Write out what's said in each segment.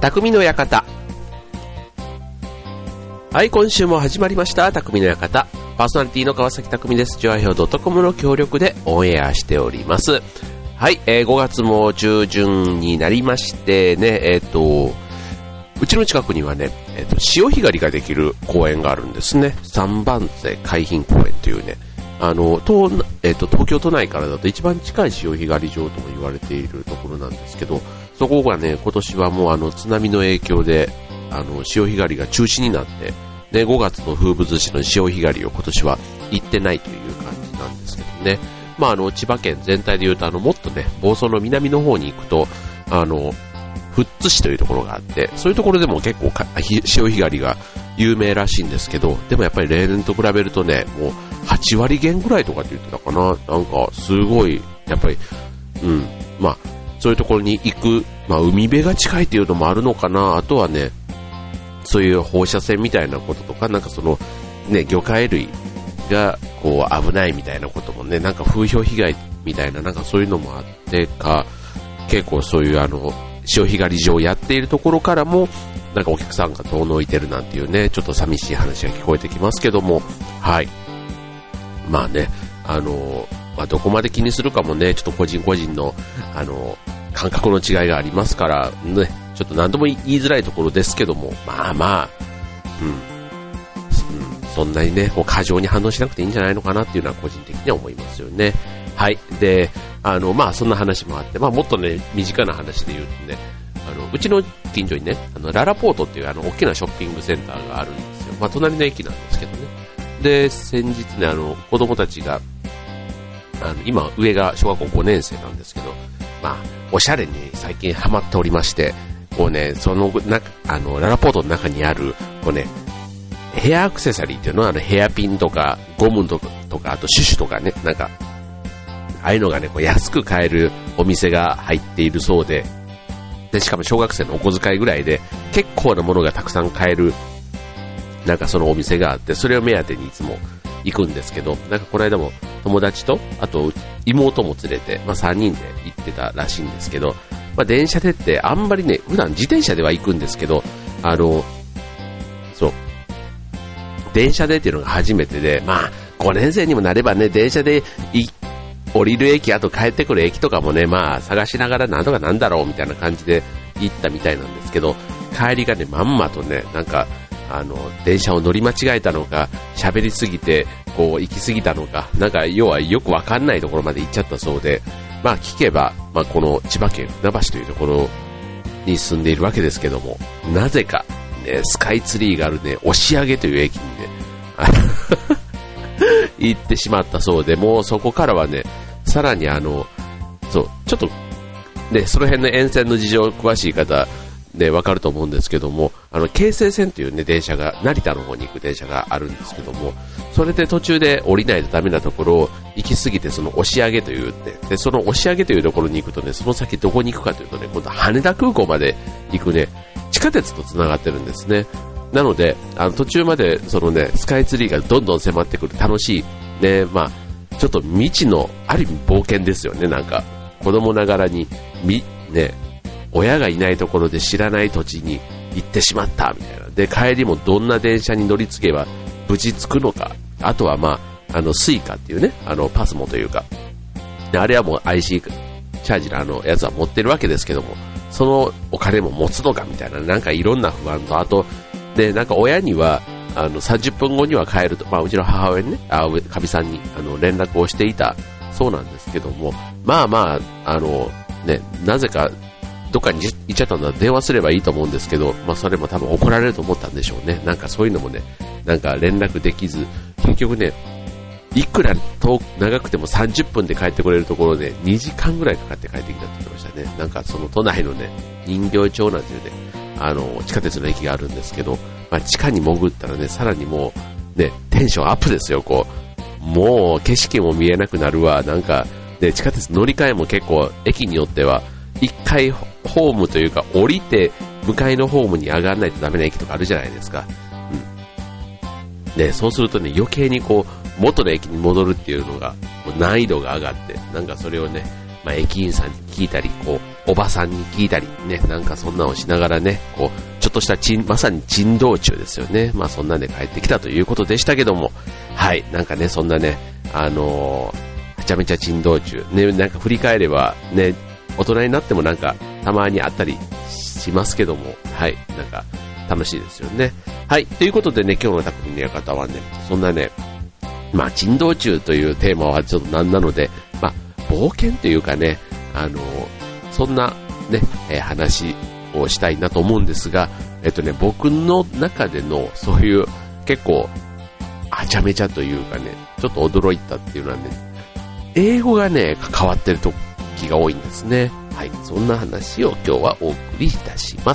匠の館。はい、今週も始まりました匠の館。パーソナリティの川崎匠です。ジョアヒョウ.comの協力でオンエアしております。はい、5月も中旬になりましてね、うちの近くにはね、潮干狩りができる公園があるんですね。三番瀬海浜公園というね、東京都内からだと一番近い潮干狩り場とも言われているところなんですけど、そこがね、今年はもう津波の影響で、潮干狩りが中止になって、ね、5月の風物詩の潮干狩りを今年は行ってないという感じなんですけどね。まあ、千葉県全体で言うと、もっとね、房総の南の方に行くと、富津市というところがあって、そういうところでも結構潮干狩りが有名らしいんですけど、でもやっぱり例年と比べるとね、もう8割減ぐらいとかって言ってたかな。なんか、すごい、やっぱり、まあ、そういうところに行く、まあ、海辺が近いっていうのもあるのかな。あとはね、そういう放射線みたいなこととか、なんかその、ね、魚介類が、こう、危ないみたいなこともね、なんか風評被害みたいな、なんかそういうのもあってか、結構そういう潮干狩り場をやっているところからも、なんかお客さんが遠のいてるなんていうね、ちょっと寂しい話が聞こえてきますけども、はい。まあね、まあ、どこまで気にするかもね、ちょっと個人個人の、感覚の違いがありますから、ね、ちょっと何とも言いづらいところですけども、まあまあ、そんなにね、こう過剰に反応しなくていいんじゃないのかなっていうのは個人的には思いますよね。はい。で、まあそんな話もあって、まあもっとね、身近な話で言うとね、うちの近所にね、ララポートっていう大きなショッピングセンターがあるんですよ。まあ隣の駅なんですけどね。で、先日ね、子供たちが、今上が小学校5年生なんですけど、まあ、おしゃれに最近ハマっておりまして、こうね、そのララポートの中にある、こうね、ヘアアクセサリーっていうのはヘアピンとかゴムとか、あとシュシュとかね、なんか、ああいうのがね、こう安く買えるお店が入っているそうで、で、しかも小学生のお小遣いぐらいで結構なものがたくさん買える、なんかそのお店があって、それを目当てにいつも行くんですけど、なんかこの間も友達と、あと妹も連れて、まあ3人で行ってたらしいんですけど、まあ電車でってあんまりね、普段自転車では行くんですけど、そう、電車でっていうのが初めてで、まあ5年生にもなればね、電車で降りる駅、あと帰ってくる駅とかもね、まあ探しながらなんとかなんだろうみたいな感じで行ったみたいなんですけど、帰りがね、まんまとね、なんか、電車を乗り間違えたのか、喋りすぎて、こう、行き過ぎたのか、なんか、要はよくわかんないところまで行っちゃったそうで、まあ、聞けば、まあ、この千葉県船橋というところに住んでいるわけですけども、なぜか、ね、スカイツリーがあるね、押上という駅にね、行ってしまったそうで、もうそこからはね、さらにそう、ちょっと、ね、その辺の沿線の事情詳しい方、で、わかると思うんですけども、京成線というね、電車が、成田の方に行く電車があるんですけども、それで途中で降りないとダメなところを行き過ぎて、その押上というね、で、その押上というところに行くとね、その先どこに行くかというとね、今度羽田空港まで行くね、地下鉄と繋がってるんですね。なので、途中まで、そのね、スカイツリーがどんどん迫ってくる楽しい、ね、まあ、ちょっと未知の、ある意味冒険ですよね、なんか、子供ながらに、ね、親がいないところで知らない土地に行ってしまったみたいな。で、帰りもどんな電車に乗り継げば無事着くのか。あとはまあ、スイカっていうね、パスモというか。で、あれはもう IC チャージのやつは持ってるわけですけども、そのお金も持つのかみたいな、なんかいろんな不安と、あと、で、なんか親には、30分後には帰ると、まあ、うちの母親にね、かみさんに、連絡をしていたそうなんですけども、まあまあ、ね、なぜか、どっかに行っちゃったのは電話すればいいと思うんですけど、まあそれも多分怒られると思ったんでしょうね。なんかそういうのもね、なんか連絡できず、結局ね、いくら長くても30分で帰ってこれるところで2時間ぐらいかかって帰ってきたって言ってましたね。なんかその都内のね、人形町なんていうね、地下鉄の駅があるんですけど、まあ地下に潜ったらね、さらにもう、ね、テンションアップですよ、こう。もう景色も見えなくなるわ、なんか、で、地下鉄乗り換えも結構駅によっては、一回ホームというか降りて向かいのホームに上がらないとダメな駅とかあるじゃないですか。で、そうするとね、余計にこう元の駅に戻るっていうのが難易度が上がって、なんかそれをね、まあ駅員さんに聞いたり、こうおばさんに聞いたりね、なんかそんなのをしながらね、こう、ちょっとしたまさに珍道中ですよね。まあそんなんで帰ってきたということでしたけども、はい、なんかね、そんなね、めちゃめちゃ珍道中。ね、なんか振り返ればね、大人になってもなんかたまにあったりしますけども、はい、なんか楽しいですよね。はい、ということでね、今日の匠の館はね、そんなね、まあ珍道中というテーマはちょっとなんなので、まあ冒険というかね、そんなね、話をしたいなと思うんですが、僕の中でのそういう結構はちゃめちゃというかね、ちょっと驚いたっていうのはね、英語がね、関わってる時が多いんですね。はい、そんな話を今日はお送りいたします。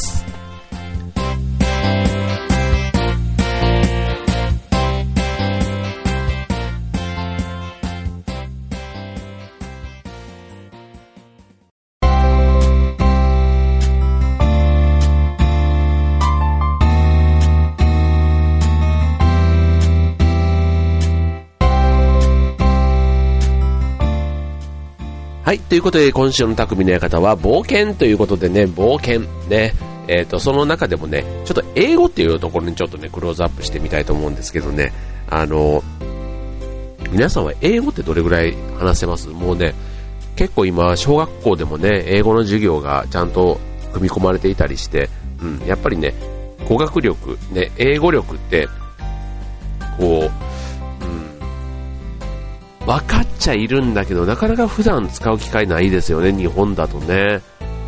はい、ということで今週の匠の館は冒険ということでね、冒険ね、その中でもね、ちょっと英語っていうところにちょっとね、クローズアップしてみたいと思うんですけどね、皆さんは英語ってどれぐらい話せます？もうね、結構今、小学校でもね、英語の授業がちゃんと組み込まれていたりして、やっぱりね、語学力、ね、英語力って、こう、分かっちゃいるんだけど、なかなか普段使う機会ないですよね、日本だとね。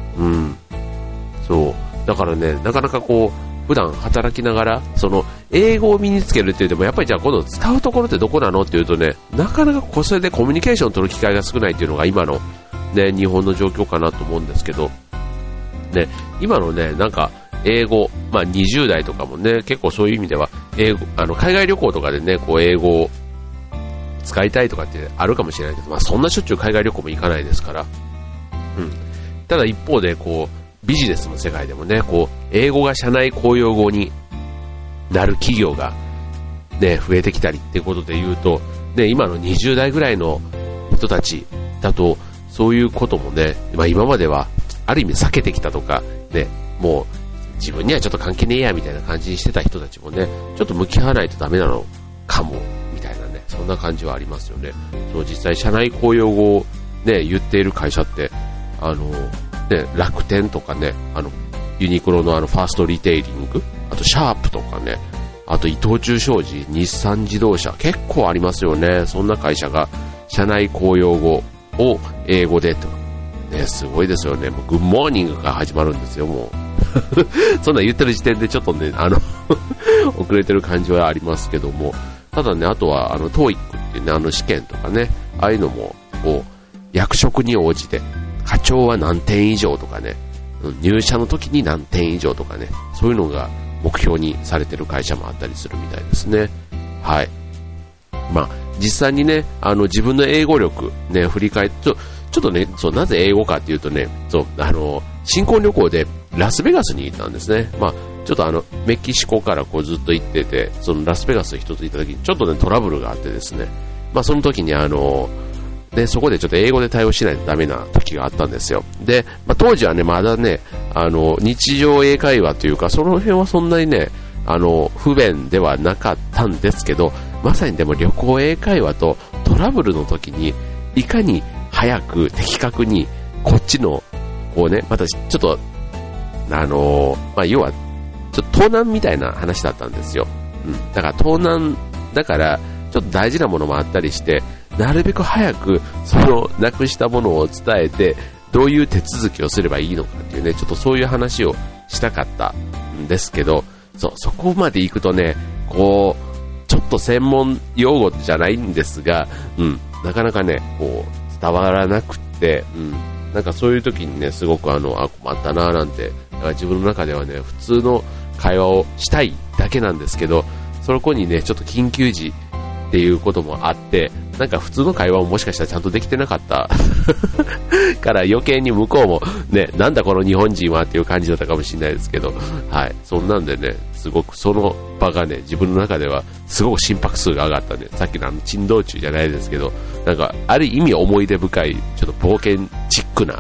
そう。だからね、なかなかこう、普段働きながら、その、英語を身につけるって言っても、やっぱりじゃあ今度使うところってどこなのっていうとね、なかなかそれでコミュニケーションを取る機会が少ないっていうのが今の、ね、日本の状況かなと思うんですけど、ね、今のね、なんか、英語、まあ20代とかもね、結構そういう意味では、英語、海外旅行とかでね、こう英語を、使いたいとかってあるかもしれないけど、まあそんなしょっちゅう海外旅行も行かないですから。ただ一方で、こう、ビジネスの世界でもね、こう、英語が社内公用語になる企業がね、増えてきたりっていうことで言うと、ね、今の20代ぐらいの人たちだと、そういうこともね、まあ今までは、ある意味避けてきたとか、ね、もう、自分にはちょっと関係ねえや、みたいな感じにしてた人たちもね、ちょっと向き合わないとダメなのかも。そんな感じはありますよね。そう、実際社内公用語をね、言っている会社って、ね、楽天とかね、ユニクロのファーストリテイリング、あとシャープとかね、あと伊藤忠商事、日産自動車、結構ありますよね。そんな会社が社内公用語を英語でと。ね、すごいですよね。もうグッモーニングが始まるんですよ、もう。そんな言ってる時点でちょっとね、遅れてる感じはありますけども、ただね、あとは、TOEIC っていうね、試験とかね、ああいうのも、こう、役職に応じて、課長は何点以上とかね、入社の時に何点以上とかね、そういうのが目標にされてる会社もあったりするみたいですね。はい。まあ、実際にね、自分の英語力、ね、振り返って、ちょっとね、そう、なぜ英語かっていうとね、そう、新婚旅行でラスベガスに行ったんですね。まあ、ちょっとメキシコからこうずっと行ってて、そのラスベガス一つ行った時にちょっとねトラブルがあってですね、まあその時にで、そこでちょっと英語で対応しないとダメな時があったんですよ。で、まあ当時はね、まだね、日常英会話というか、その辺はそんなにね、不便ではなかったんですけど、まさにでも旅行英会話とトラブルの時に、いかに早く的確に、こっちの、こうね、またちょっと、まあ要は、ちょっと盗難みたいな話だったんですよ。だから盗難だからちょっと大事なものもあったりして、なるべく早くそのなくしたものを伝えてどういう手続きをすればいいのかっていうね、ちょっとそういう話をしたかったんですけど、そこまで行くとね、こうちょっと専門用語じゃないんですが、なかなかね、こう伝わらなくって、なんかそういう時にね、すごく困ったなーなんて、だから自分の中ではね、普通の会話をしたいだけなんですけど、そこにね、ちょっと緊急時っていうこともあって、なんか普通の会話ももしかしたらちゃんとできてなかったから余計に向こうもね、なんだこの日本人はっていう感じだったかもしれないですけど、はい、そんなんでね、すごくその場がね、自分の中ではすごく心拍数が上がったんで、さっきの珍道中じゃないですけど、なんかある意味思い出深い、ちょっと冒険チックな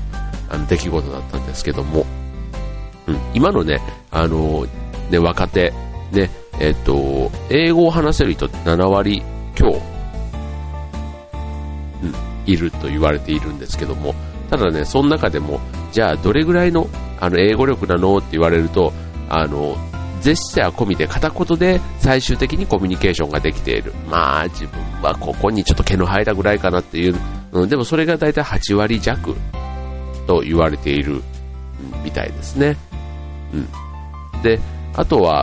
出来事だったんですけども、今のね、若手、ね、英語を話せる人って7割強、いると言われているんですけども、ただね、その中でも、じゃあどれぐらいの、英語力なのって言われると、ジェスチャー込みで片言で最終的にコミュニケーションができている。まあ自分はここにちょっと毛の生えたぐらいかなっていう、でもそれがだいたい8割弱と言われているみたいですね。で、あとは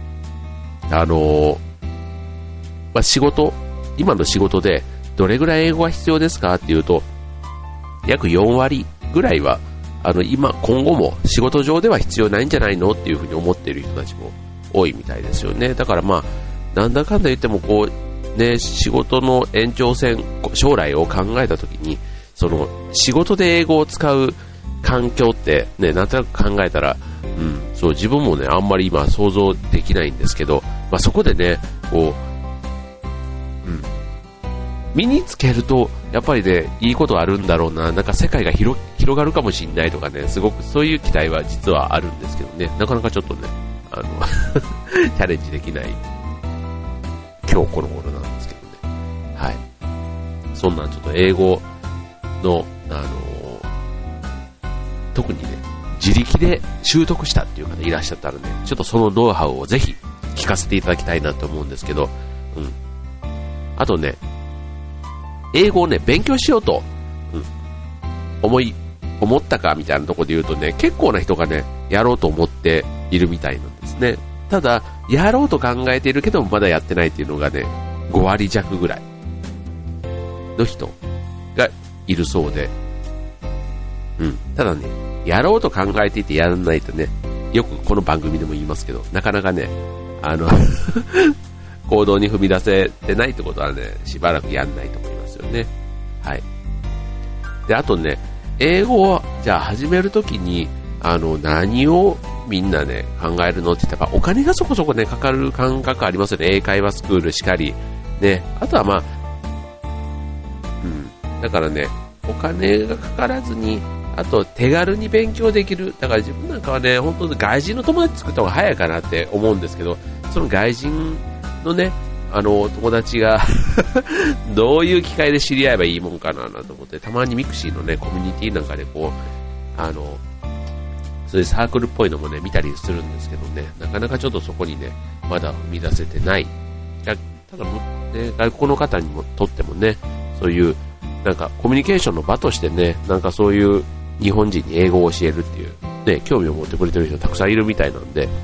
今の仕事でどれぐらい英語が必要ですかっていうと、約4割ぐらいは今後も仕事上では必要ないんじゃないのっていうふうに思っている人たちも多いみたいですよね。だからまあなんだかんだ言ってもこうね、仕事の延長線、将来を考えたときに、その仕事で英語を使う環境ってね、なんとなく考えたら、そう自分もねあんまり今想像できないんですけど、そこでねこう、身につけるとやっぱりねいいことあるんだろうな、なんか世界が広がるかもしれないとかね、すごくそういう期待は実はあるんですけどね、なかなかちょっとねチャレンジできない今日この頃なんですけどね。はい。そんなんちょっと英語の特にね自力で習得したっていう方いらっしゃったらね、ちょっとそのノウハウをぜひ聞かせていただきたいなと思うんですけど、あとね、英語をね勉強しようと、思ったかみたいなところで言うとね、結構な人がねやろうと思っているみたいなんですね。ただやろうと考えているけどまだやってないっていうのがね5割弱ぐらいの人がいるそうで、ただねやろうと考えていてやらないとね、よくこの番組でも言いますけど、なかなかね行動に踏み出せてないってことはね、しばらくやんないと思いますよね。はい。で、あとね、英語をじゃあ始めるときに何をみんなね考えるのって言ったら、お金がそこそこねかかる感覚ありますよね。英会話スクールしかりね、あとはまあ、だからねお金がかからずに、あと手軽に勉強できる。だから自分なんかはね、本当に外人の友達作った方が早いかなって思うんですけど、その外人のね友達がどういう機会で知り合えばいいもんかなと思って、たまにミクシーのねコミュニティなんかでこうそういうサークルっぽいのもね見たりするんですけどね、なかなかちょっとそこにねまだ踏み出せてない。ただね、外国の方にもとってもね、そういうなんかコミュニケーションの場としてね、なんかそういう日本人に英語を教えるっていうね、興味を持ってくれてる人たくさんいるみたいなんで、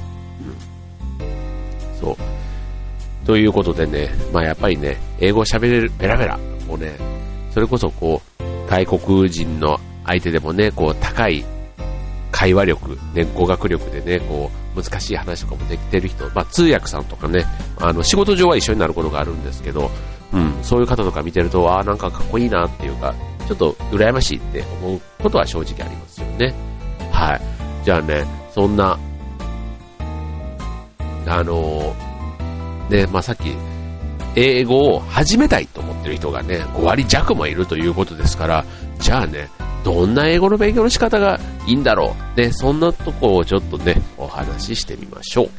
そうということでね、やっぱりね英語を喋れるベラベラもうね、それこそこう外国人の相手でもねこう高い会話力、ね、語学力でねこう難しい話とかもできてる人、通訳さんとかね仕事上は一緒になることがあるんですけど、そういう方とか見てるとなんかかっこいいなっていうか、ちょっと羨ましいって思うことは正直ありますよね。はい。じゃあね、そんなさっき英語を始めたいと思ってる人がね5割弱もいるということですから、じゃあねどんな英語の勉強の仕方がいいんだろう、そんなとこをちょっとねお話ししてみましょう。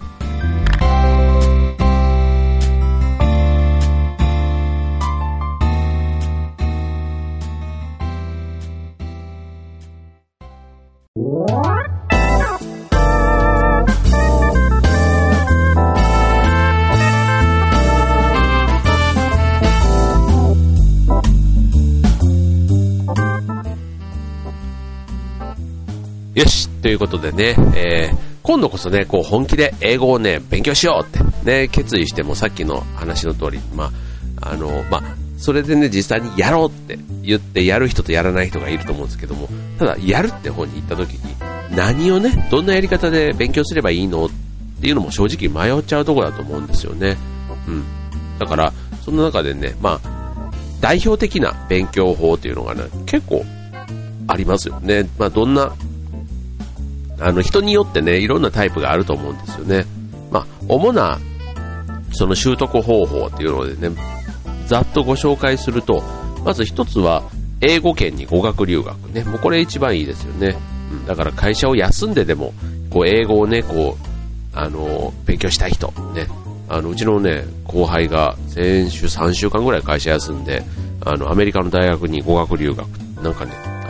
よし、ということでね、今度こそね、こう本気で英語をね、勉強しようってね、決意してもさっきの話の通り、それでね、実際にやろうって言ってやる人とやらない人がいると思うんですけども、ただ、やるって方に行った時に、何をね、どんなやり方で勉強すればいいのっていうのも正直迷っちゃうところだと思うんですよね。だから、その中でね、代表的な勉強法っていうのがね、結構ありますよね。どんな人によってね、いろんなタイプがあると思うんですよね。主なその習得方法っていうのでね、ざっとご紹介すると、まず一つは英語圏に語学留学ね。もうこれ一番いいですよね。だから会社を休んででも、こう英語をね、こう、勉強したい人、ね。うちのね、後輩が先週3週間ぐらい会社休んで、アメリカの大学に語学留学、なんかね、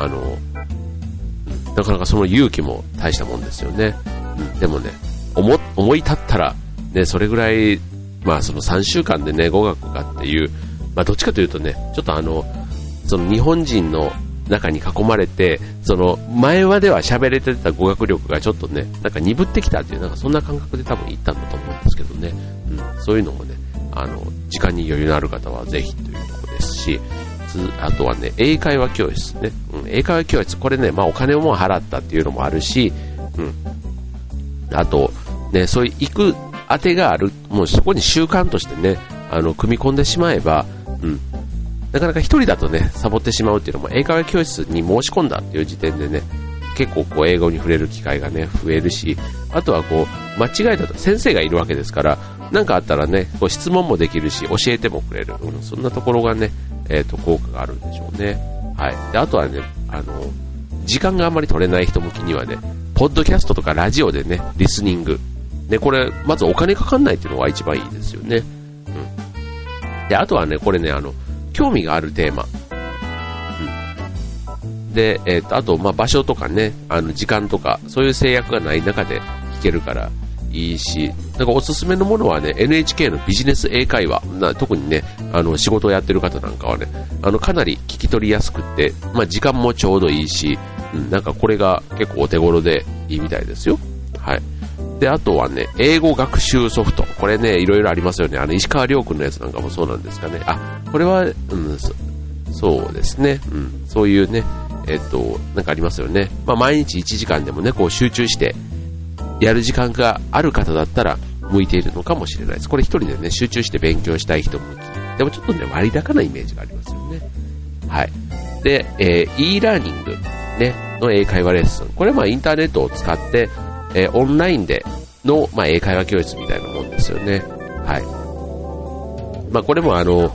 なかなかその勇気も大したもんですよね。でもね、思い立ったら、ね、それぐらい、まあその3週間でね、語学がっていう、まあどっちかというとね、ちょっとその日本人の中に囲まれて、その前までは喋れてた語学力がちょっとね、なんか鈍ってきたっていう、なんかそんな感覚で多分行ったんだと思うんですけどね。そういうのもね、時間に余裕のある方はぜひというところですし、あとはね、英会話教室ね。英会話教室、これね、まあお金をもう払ったっていうのもあるし、あと、ね、そういう行く当てがある、もうそこに習慣としてね、組み込んでしまえば、なかなか一人だとね、サボってしまうっていうのも、英会話教室に申し込んだっていう時点でね、結構こう英語に触れる機会がね、増えるし、あとはこう、間違えたと先生がいるわけですから、なんかあったらね、こう質問もできるし、教えてもくれる。そんなところがね、効果があるんでしょうね。はい。で、あとはね、時間があんまり取れない人向きにはね、ポッドキャストとかラジオでね、リスニング。ね、これ、まずお金かかんないっていうのが一番いいですよね。で、あとはね、これね、興味があるテーマ。で、あと、まあ、場所とかね、時間とか、そういう制約がない中で聞けるからいいし、なんかおすすめのものはね、NHK のビジネス英会話。特にね、仕事をやってる方なんかはね、かなり聞き取りやすくって、まあ、時間もちょうどいいし、なんかこれが結構お手頃でいいみたいですよ。はい。で、あとはね、英語学習ソフト。これね、いろいろありますよね。石川遼君のやつなんかもそうなんですかね。これは、そうですね。そういうね、なんかありますよね。まあ、毎日1時間でもね、こう集中してやる時間がある方だったら向いているのかもしれないです。これ一人でね、集中して勉強したい人向き。でもちょっとね、割高なイメージがありますよね。はい。で、e ラーニング、ね、の英会話レッスン。これはまあインターネットを使って、オンラインでの、まあ、英会話教室みたいなもんですよね。はい。まあ、これも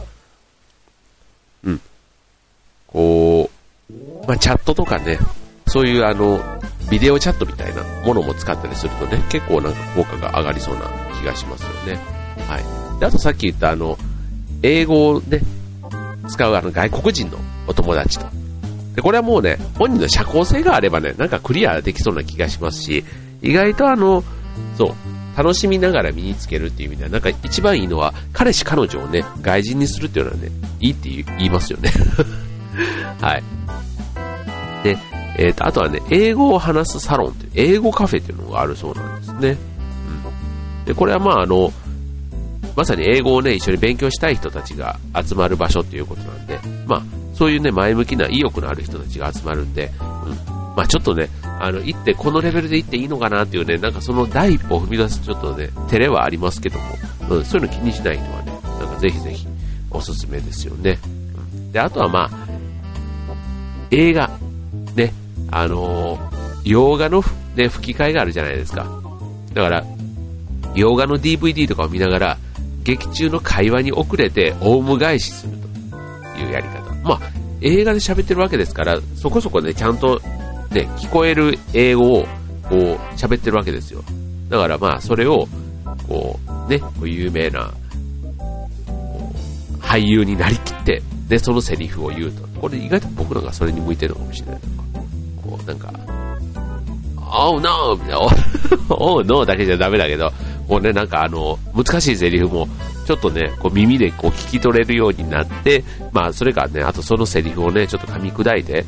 こう、まあ、チャットとかね、そういうビデオチャットみたいなものも使ったりするとね、結構なんか効果が上がりそうな気がしますよね。はい。で、あとさっき言った英語をね、使う外国人のお友達と。で、これはもうね、本人の社交性があればね、なんかクリアできそうな気がしますし、意外とそう、楽しみながら身につけるっていう意味では、なんか一番いいのは、彼氏彼女をね、外人にするっていうのはね、いいって言いますよね。はい。で、あとはね、英語を話すサロンっていう、英語カフェっていうのがあるそうなんですね。で、これはまあまさに英語をね、一緒に勉強したい人たちが集まる場所っていうことなんで、まあ、そういうね、前向きな意欲のある人たちが集まるんで、まあちょっとね、行って、このレベルで行っていいのかなっていうね、なんかその第一歩を踏み出すちょっとね、照れはありますけども、そういうの気にしない人はね、なんかぜひぜひおすすめですよね。で、あとはまあ、映画、ね、洋画の、ね、吹き替えがあるじゃないですか。だから、洋画の DVD とかを見ながら、劇中の会話に遅れて、オウム返しするというやり方。まあ、映画で喋ってるわけですから、そこそこね、ちゃんと、ね、聞こえる英語を、こう、喋ってるわけですよ。だからまあ、それを、こう、ね、こう有名な、こう俳優になりきって、で、そのセリフを言うと。これ意外と僕なんかそれに向いてるのかもしれない。こう、なんか、Oh no! みたいな、Oh no! だけじゃダメだけど、こうね、なんか難しいセリフも、ちょっとね、こう耳でこう聞き取れるようになって、まあ、それからね、あとそのセリフをね、ちょっと噛み砕いて、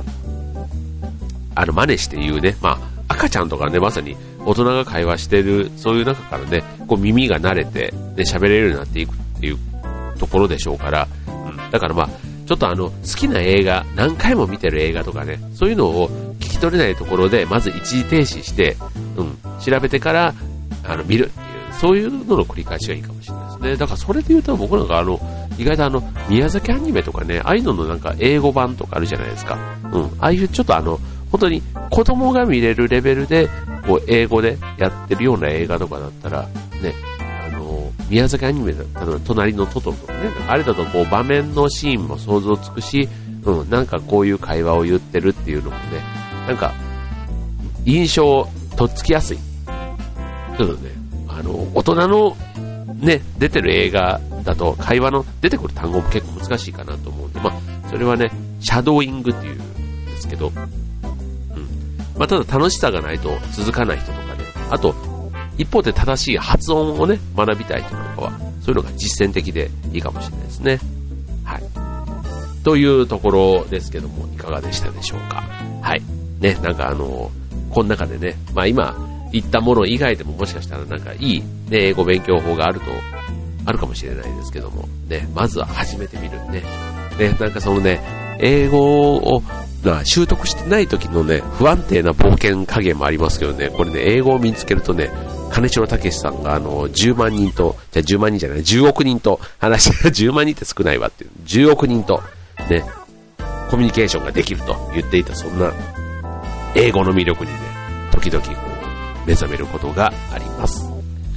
真似して言うね、まあ、赤ちゃんとかね、まさに大人が会話してる、そういう中からね、こう耳が慣れて、ね、喋れるようになっていくっていうところでしょうから、だからまあ、ちょっと好きな映画、何回も見てる映画とかね、そういうのを聞き取れないところで、まず一時停止して、調べてから、見るっていう、そういうのの繰り返しがいいかもしれないですね。だからそれで言うと僕なんか意外と宮崎アニメとかね、ああいうののなんか英語版とかあるじゃないですか。ああいうちょっと本当に子供が見れるレベルで、こう英語でやってるような映画とかだったら、ね、宮崎アニメだったら隣のトトロとかね、あれだとこう場面のシーンも想像つくし、 なんかこういう会話を言ってるっていうのもね、なんか、印象とっつきやすい。ちょっとね、大人のね、出てる映画だと会話の出てくる単語も結構難しいかなと思うんで、それはね、シャドーイングっていうんですけど、ただ楽しさがないと続かない人とかね、あと、一方で正しい発音をね、学びたい人なんかは、そういうのが実践的でいいかもしれないですね。はい。というところですけども、いかがでしたでしょうか。はい。ね、なんかこの中でね、今言ったもの以外でももしかしたらなんかいい、ね、英語勉強法があるかもしれないですけども、ね、まずは始めてみるね。ね、なんかそのね、英語を習得してない時のね、不安定な冒険加減もありますけどね、これね、英語を身につけるとね、金城武さんが10万人と、10万人じゃない、10億人と話が10万人って少ないわっていう、10億人とね、コミュニケーションができると言っていた、そんな英語の魅力にね、時々こう目覚めることがあります。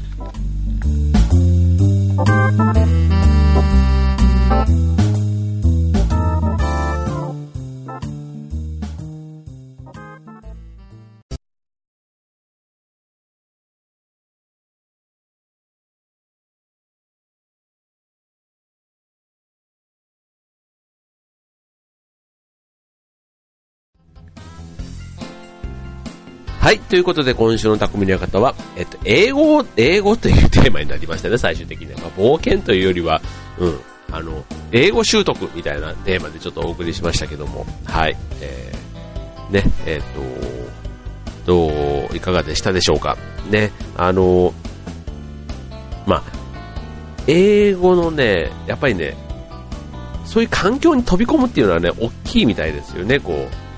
はい。ということで、今週の匠の館は、英語というテーマになりましたね、最終的には。冒険というよりは、英語習得みたいなテーマでちょっとお送りしましたけども、はい。ね、いかがでしたでしょうか。ね、英語のね、やっぱりね、そういう環境に飛び込むっていうのはね、大きいみたいですよね、こう。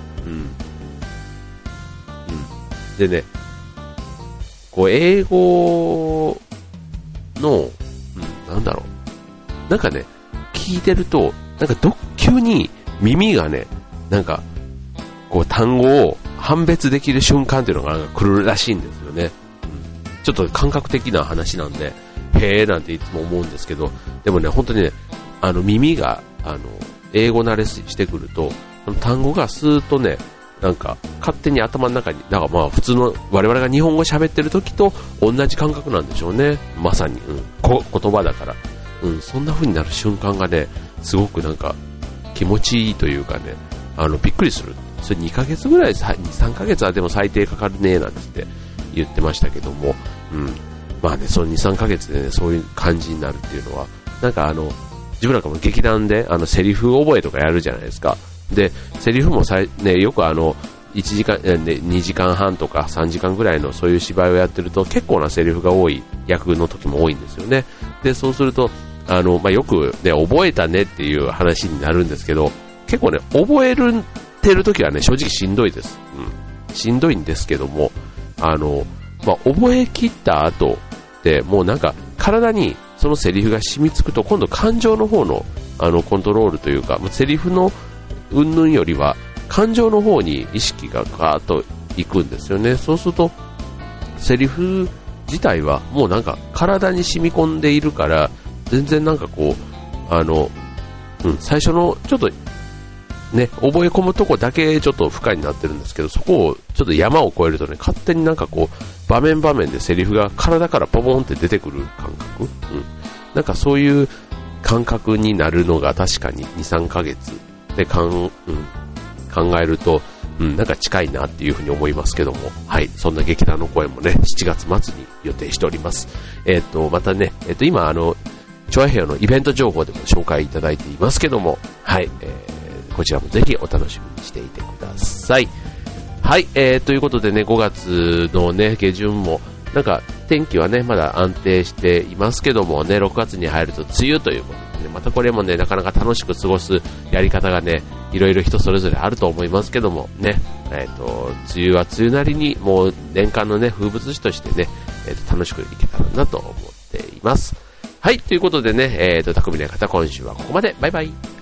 でね、こう英語の、なんだろう、なんかね、聞いてると、なんか急に耳がね、なんかこう単語を判別できる瞬間っていうのが来るらしいんですよね。ちょっと感覚的な話なんで、へーなんていつも思うんですけど、でもね、本当にね、耳が英語慣れしてくると、単語がスーッとね、なんか勝手に頭の中に、だから普通の我々が日本語喋ってる時と同じ感覚なんでしょうね。まさに、言葉だから、そんな風になる瞬間がね、すごくなんか気持ちいいというかね、びっくりする。それ2ヶ月ぐらい、2、3ヶ月はでも最低かかるねなんて言ってましたけども、その2、3ヶ月でね、そういう感じになるっていうのは、なんか自分なんかも劇団でセリフ覚えとかやるじゃないですか。で、セリフもよく1時間、2時間半とか3時間ぐらいのそういう芝居をやってると結構なセリフが多い役の時も多いんですよね。で、そうすると、よくね、覚えたねっていう話になるんですけど、結構ね、覚えてる時はね、正直しんどいです。しんどいんですけども、覚え切った後でもうなんか体にそのセリフが染みつくと今度感情の方のコントロールというか、セリフの云々よりは感情の方に意識がガーッといくんですよね。そうするとセリフ自体はもうなんか体に染み込んでいるから、全然なんかこう最初のちょっとね、覚え込むとこだけちょっと不可になってるんですけど、そこをちょっと山を越えるとね、勝手になんかこう場面場面でセリフが体からポポンって出てくる感覚、なんかそういう感覚になるのが確かに 2,3 ヶ月で考えると、なんか近いなっていうふうに思いますけども、はい、そんな劇団の公演もね、7月末に予定しております。またね、今チョアヘヨのイベント情報でも紹介いただいていますけども、はい、こちらもぜひお楽しみにしていてください。はい、ということでね、5月のね、下旬も、なんか天気はね、まだ安定していますけどもね、6月に入ると梅雨ということでね、またこれもね、なかなか楽しく過ごすやり方がね、いろいろ人それぞれあると思いますけどもね、梅雨は梅雨なりに、もう年間のね、風物詩としてね、楽しくいけたらなと思っています。はい、ということでね、匠の館、今週はここまで。バイバイ。